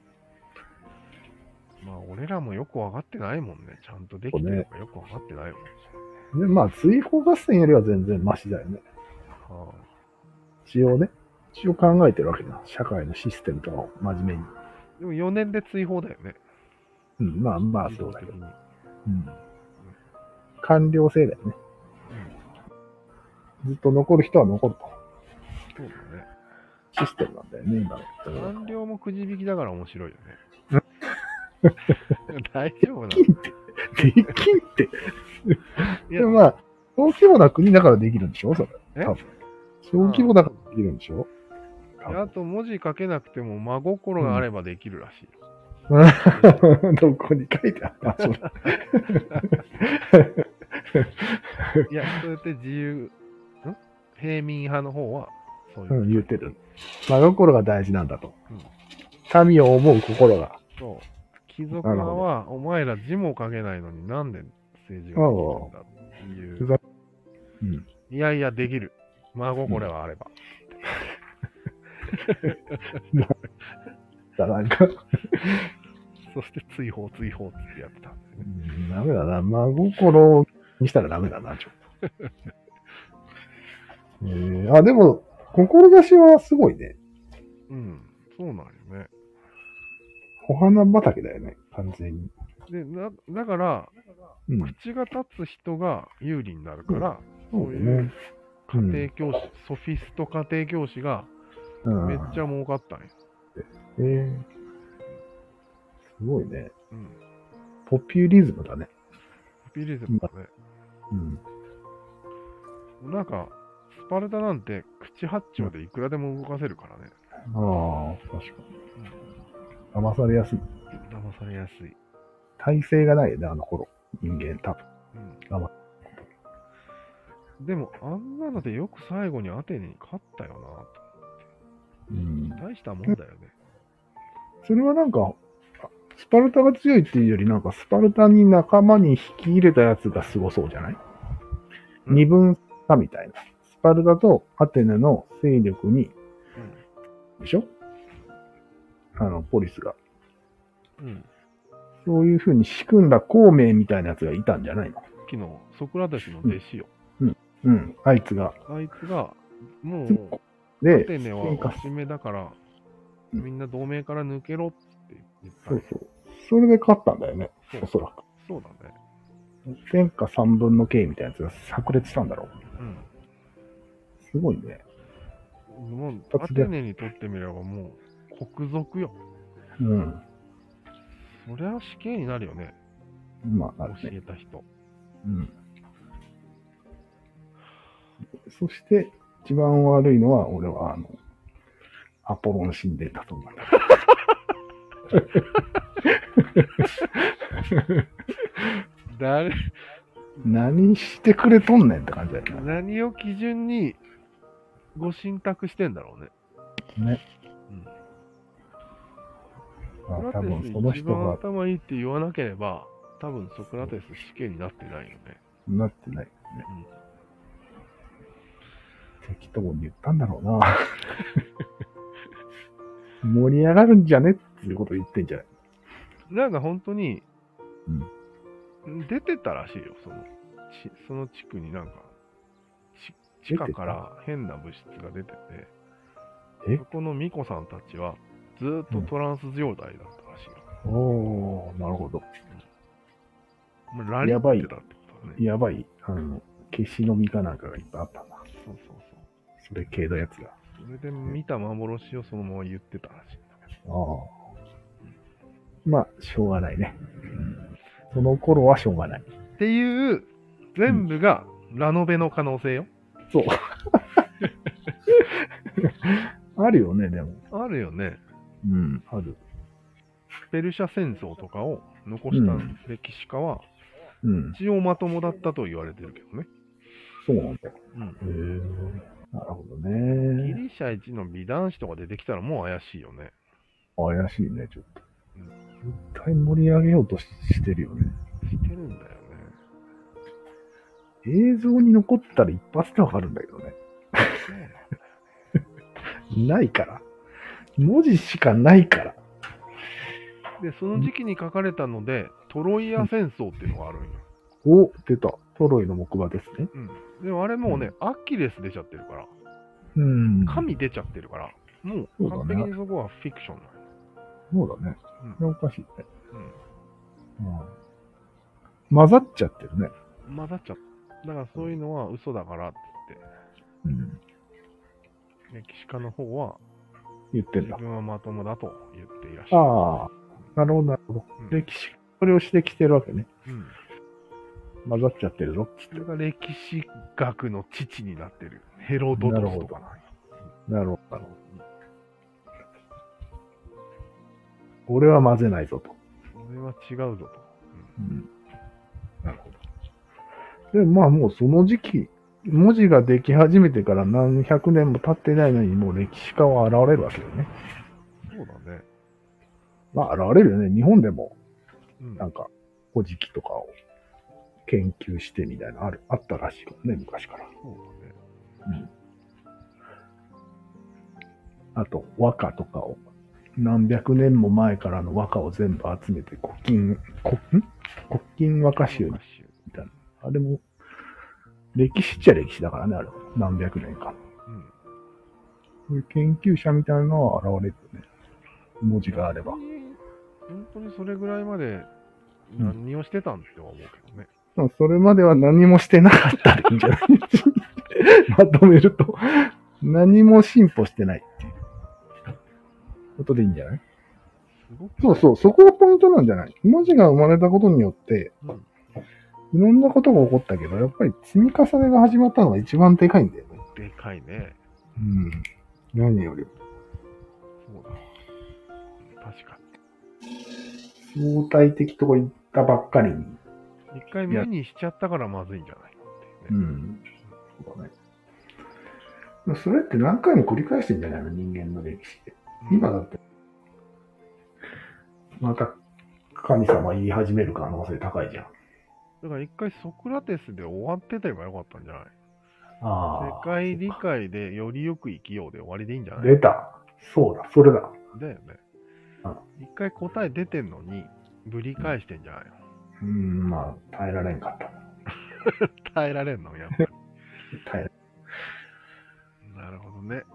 まあ、俺らもよくわかってないもんね。ちゃんとできてるかよくわかってないもんね。で、まあ、追放合戦よりは全然マシだよね。はあ、一応考えてるわけだ。社会のシステムとかを真面目に。 でも4年で追放だよね。 うん、まあまあ、そうだけど。うん。官僚制だよね。ずっと残る人は残ると。 そうだね。 システムなんだよね、今の。 官僚もくじ引きだから面白いよね。大丈夫なの？できんって。でもまあ、小規模な国だからできるんでしょそれ。多分。小規模だからできるんでしょあと文字書けなくても真心があればできるらしい。 どこに書いてあったそれ。 いや、そうやって自由、平民派の方は、 そういう。言ってる。真心が大事なんだと。民を思う心が。 そう。貴族派は、お前ら字も書けないのになんで政治ができるんだっていう。いやいや、できる。真心があれば。 なんかそして追放ってやってたんですね。 ダメだな。真心にしたらダメだな、ちょっと。でも、志はすごいね。 うん、そうなんよね。 お花畑だよね、完全に。 で、だから、口が立つ人が有利になるから、そういう家庭教師、ソフィスト家庭教師がめっちゃ儲かったんよ。 すごいね。ポピュリズムだね。 ポピュリズムだね。なんか、スパルタなんて口八丁でいくらでも動かせるからね。 ああ、確かに。騙されやすい。 騙されやすい。 体制がないよね、あの頃。人間多分。 でも、あんなのでよく最後にアテネに勝ったよなと思って。大したもんだよね。 それはなんか、スパルタが強いっていうより、なんかスパルタに仲間に引き入れたやつがすごそうじゃない？二分差みたいな。スパルタとアテネの勢力に、でしょ？ポリスが。そういう風に仕組んだ孔明みたいなやつがいたんじゃないの？ 昨日、ソクラテスの弟子よ。 あいつが、 もう、アテネはおしめだから、みんな同盟から抜けろって言った。 そう。それで勝ったんだよね、おそらく。 そうだね。 天下三分の計みたいなやつが炸裂したんだろう。すごいね。 もう、アテネにとってみればもう、国賊よ。そりゃ死刑になるよね。 まあ、なるね。 教えた人。 そして、一番悪いのは、俺は、アポロン神殿だと思うんだ。何してくれとんねんって感じだよね。 何を基準にご神託してんだろうね。 ね。多分その人が一番頭いいって言わなければ、多分ソクラテス死刑になってないよね。 なってないよね。適当に言ったんだろうな。盛り上がるんじゃねっていうことを言ってんじゃない？ なんか本当に、出てたらしいよ、その地区になんか、地下から変な物質が出てて、そこの巫女さんたちはずっとトランス状態だったらしいよ。 なるほど。 ラリってたってことだね。 やばい、消しの実かなんかがいっぱいあったんだ。 そう。 それ系のやつが。 それで見た幻をそのまま言ってたらしいんだけど。 まあ、しょうがないね。その頃はしょうがない。 っていう、全部がラノベの可能性よ。 そう。 あるよね、でも。 あるよね。 うん、ある。 ペルシャ戦争とかを残した歴史家は、 うん。 一応まともだったと言われてるけどね。 そうなんだ。 うん。 へえ。なるほどね。 ギリシャ一の美男子とか出てきたらもう怪しいよね。 怪しいね、ちょっと。絶対盛り上げようとしてるよね。 してるんだよね。 映像に残ったら一発でわかるんだけどね。 そうなんだよね。 ないから。文字しかないから。 で、その時期に書かれたので、トロイア戦争っていうのがあるんよ。 お、出た。トロイの木馬ですね。 うん。でもあれもうね、アキレス出ちゃってるから。 うん。 神出ちゃってるから、もう完璧にそこはフィクションなの。そうだね。おかしいね。 うん。 混ざっちゃってるね。 混ざっちゃった。だからそういうのは嘘だからって言って。 歴史家の方は、 言ってんだ。 自分はまともだと言っていらっしゃる。 ああ、なるほど、なるほど。歴史家これをしてきてるわけね。混ざっちゃってるぞ。 それが歴史学の父になってる。ヘロドトスとかなるほど。俺は混ぜないぞと。 俺は違うぞと。 なるほど。でもまあもうその時期、文字ができ始めてから何百年も経ってないのにもう歴史家は現れるわけよね。 そうだね。 まあ現れるよね。日本でも、なんか、古事記とかを研究してみたいなあったらしいよね、昔から。 そうだね。 あと、和歌とかを、何百年も前からの和歌を全部集めて、古今和歌集みたいな。あれも、歴史っちゃ歴史だからね、あれ。何百年か。そういう研究者みたいなのは現れるよね。文字があれば。 本当にそれぐらいまで何をしてたんって思うけどね。 それまでは何もしてなかったらいいんじゃないまとめると、何も進歩してないっていうことでいいんじゃない？そうそう、そこがポイントなんじゃない？文字が生まれたことによって、いろんなことが起こったけど、やっぱり積み重ねが始まったのが一番でかいんだよね。 でかいね。 何よりも。 そうだ。確かに。相対的と言ったばっかりに。 一回目にしちゃったからまずいんじゃないのっていうね。 そうだね。それって何回も繰り返してんじゃないの？人間の歴史で。今だって、また神様言い始める可能性高いじゃん。 だから一回ソクラテスで終わっててばよかったんじゃない？ 世界理解でよりよく生きようで終わりでいいんじゃない？ 出た。そうだ、それだ。 だよね。一回答え出てんのに、ぶり返してんじゃないの？ まあ、耐えられんかった。 耐えられんのやっぱり。 耐えなるほどね。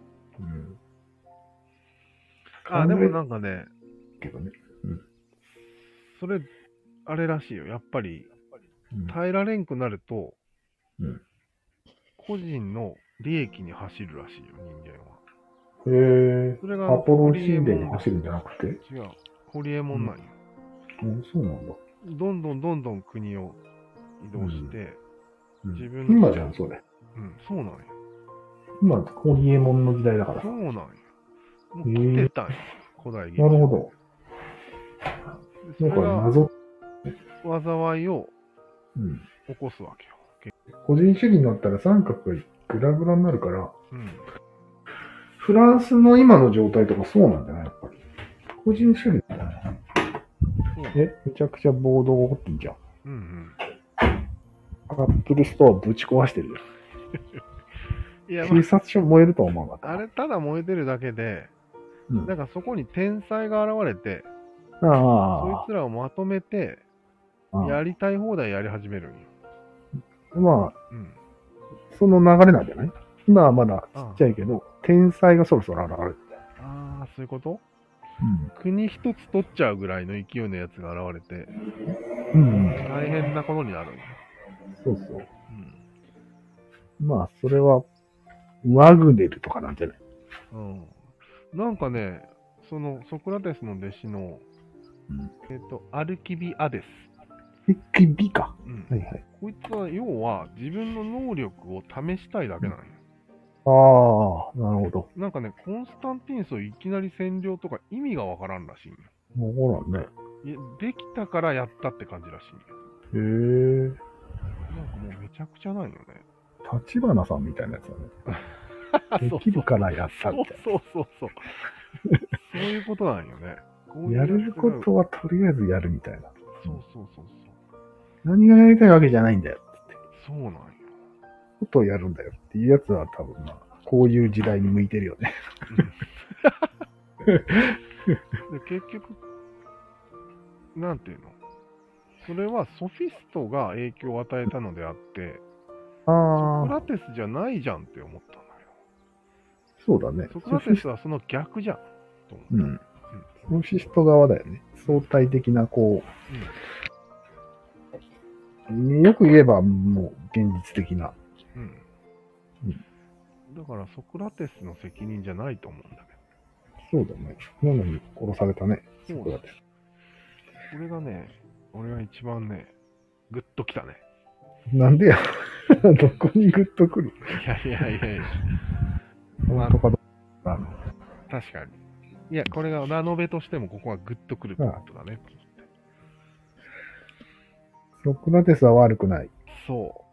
でもなんかね、 けどね。 それ、あれらしいよ。やっぱり、耐えられんくなると、個人の利益に走るらしいよ、人間は。 へえ。 それがアポロ神殿に走るんじゃなくて？ 違う。ホリエモンなんよ。 そうなんだ。 どんどん国を移動して、自分の。今じゃん、それ。 そうなんよ。 今、ホリエモンの時代だから。 そうなんよ。もう来てたんよ、古代ギリシャ。 なるほど。 それが災いを起こすわけよ。 個人主義になったら三角がグラグラになるから、フランスの今の状態とかそうなんじゃない？やっぱり。個人主義だね。めちゃくちゃ暴動が起こってんじゃん。アップルストアぶち壊してるじゃん。警察署燃えるとは思わなかった。 あれただ燃えてるだけで、なんかそこに天才が現れて、そいつらをまとめて、やりたい放題やり始めるんよ。 まあ、その流れなんじゃない？今はまだちっちゃいけど、天才がそろそろ現れる。 そういうこと？国一つ取っちゃうぐらいの勢いのやつが現れて、大変なことになるんよ。 そうそう。まあ、それは、ワグネルとかなんじゃない？ なんかね、そのソクラテスの弟子の、アルキビアデス。 アルキビか。 はいはい。こいつは要は自分の能力を試したいだけなんよ。 ああ、なるほど。 なんかね、コンスタンティンスをいきなり占領とか意味がわからんらしいんよ。 わからんね。 いや、できたからやったって感じらしいんよ。へえ。 なんかもうめちゃくちゃないよね。 立花さんみたいなやつだね。できるからやったみたいな。 そうそういうことなんよね。 やれることはとりあえずやるみたいな。 そう。 何がやりたいわけじゃないんだよって。 そうなんよ。 ことをやるんだよっていうやつは多分まあ、こういう時代に向いてるよね。 で結局、なんていうのそれはソフィストが影響を与えたのであって、ソクラテスじゃないじゃんって思ったのよ。そうだね。ソクラテスはその逆じゃん。と思った。 ソフィスト側だよね。相対的な、こう、よく言えばもう現実的な。 だからソクラテスの責任じゃないと思うんだけど。そうだね。なのに殺されたね、ソクラテス。 これがね、俺が一番ね、グッときたね。 なんでやどこにグッとくるいや。 本当かどうか。 確かに。いや、これがラノベとしてもここはグッとくるポイントだね。 ソクラテスは悪くない。 そう。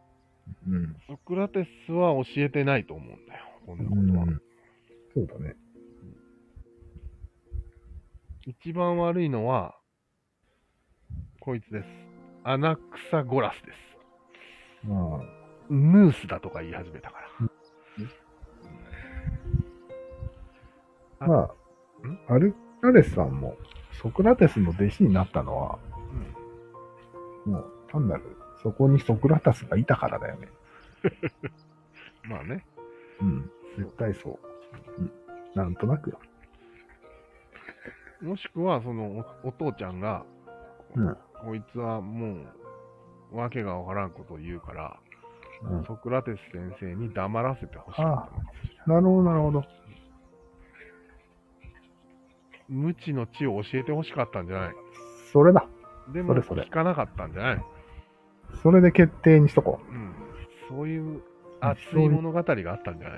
ソクラテスは教えてないと思うんだよ。こんなことは。 そうだね。 一番悪いのは、こいつです。アナクサゴラスです。ヌースだとか言い始めたから。 まあ、アルカレスさんもソクラテスの弟子になったのは、もう単なるそこにソクラテスがいたからだよね。 まあね。 絶対そう。なんとなく。 もしくは、そのお父ちゃんが、こいつはもう、わけがわからんことを言うから、ソクラテス先生に黙らせてほしい。なるほど、なるほど。 無知の知を教えてほしかったんじゃない？ それだ。 でも聞かなかったんじゃない？ それで決定にしとこう。そういう熱い物語があったんじゃない？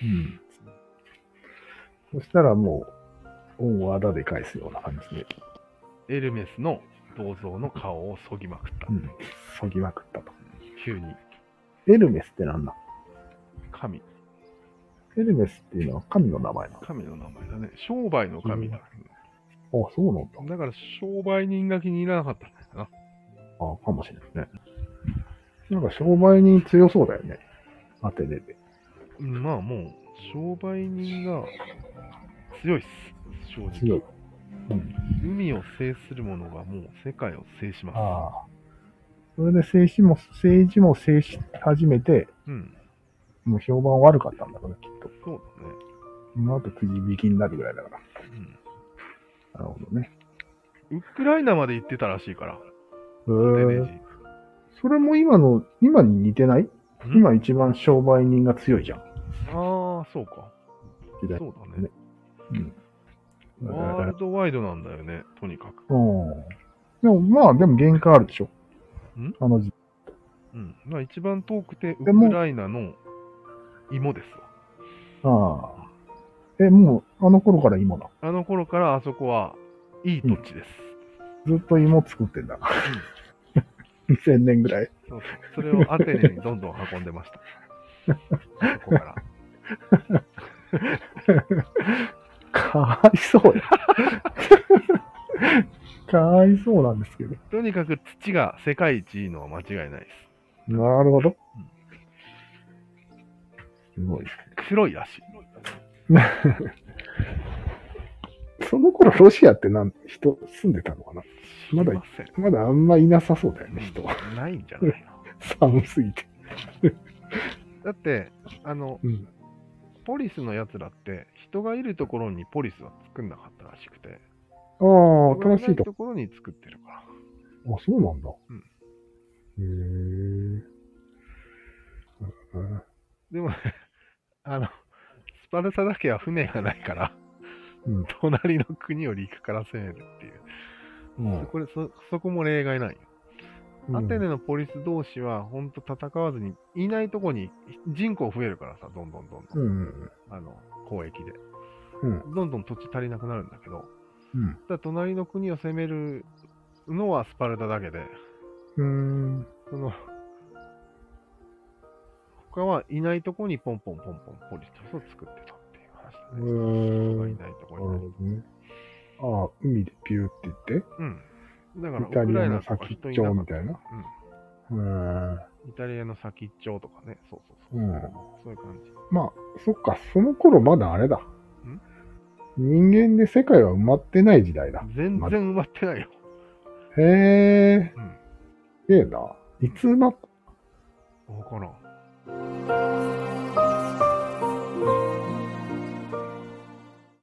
そしたらもう、恩をあだで返すような感じで。 エルメスの銅像の顔をそぎまくった。 そぎまくったと。 急に。 エルメスってなんだ？ 神。 エルメスっていうのは神の名前なの？ 神の名前だね。商売の神だ。 そうなんだ。 だから商売人が気に入らなかったんだよな。かもしれないね。なんか商売人強そうだよね。アテネで。 まあもう、商売人が強いっす。正直。 強い。 海を制する者がもう世界を制します。 それで政治も制し始めて、もう評判悪かったんだろうね、きっと。 そうだね。 その後くじ引きになるぐらいだから。なるほどね。 ウクライナまで行ってたらしいから。 それも今に似てない？今一番商売人が強いじゃん。 そうか。そうだね。ワールドワイドなんだよね、とにかく。 でも限界あるでしょ。 まあ一番遠くてウクライナの芋ですわ。 もうあの頃から芋な。 あの頃からあそこはいい土地です。 ずっと芋作ってんだ。2000年ぐらい。 それをアテネにどんどん運んでました。そこから。 かわいそうや。かわいそうなんですけど。 とにかく土が世界一いいのは間違いないです。 なるほど。すごい。 黒いらしい。 その頃ロシアって人住んでたのかな？まだあんまいなさそうだよね、人は。 ないんじゃないの？ 寒すぎて。 だって、ポリスのやつらって、人がいるところにポリスは作んなかったらしくて。 新しいところに作ってるから。 そうなんだ。 でもね、スパルタだけは船がないから、隣の国を陸から攻めるっていう。そこも例外ないよ。 アテネのポリス同士は、ほんと戦わずに、いないとこに人口増えるからさ、どんどん。交易で。どんどん土地足りなくなるんだけど、だ隣の国を攻めるのはスパルタだけで、他はいないとこにポンポンポリスを作ってたっていう話だね。人がいないとこに。 なるほどね。ああ、海でピューって言ってだから、 イタリアの先っちょみたいな。 イタリアの先っちょとかね。そう。そういう感じ。 まあ、そっか、その頃まだあれだ。人間で世界は埋まってない時代だ。 全然埋まってないよ。 へえ。ええな。いつ埋まった？ わからん。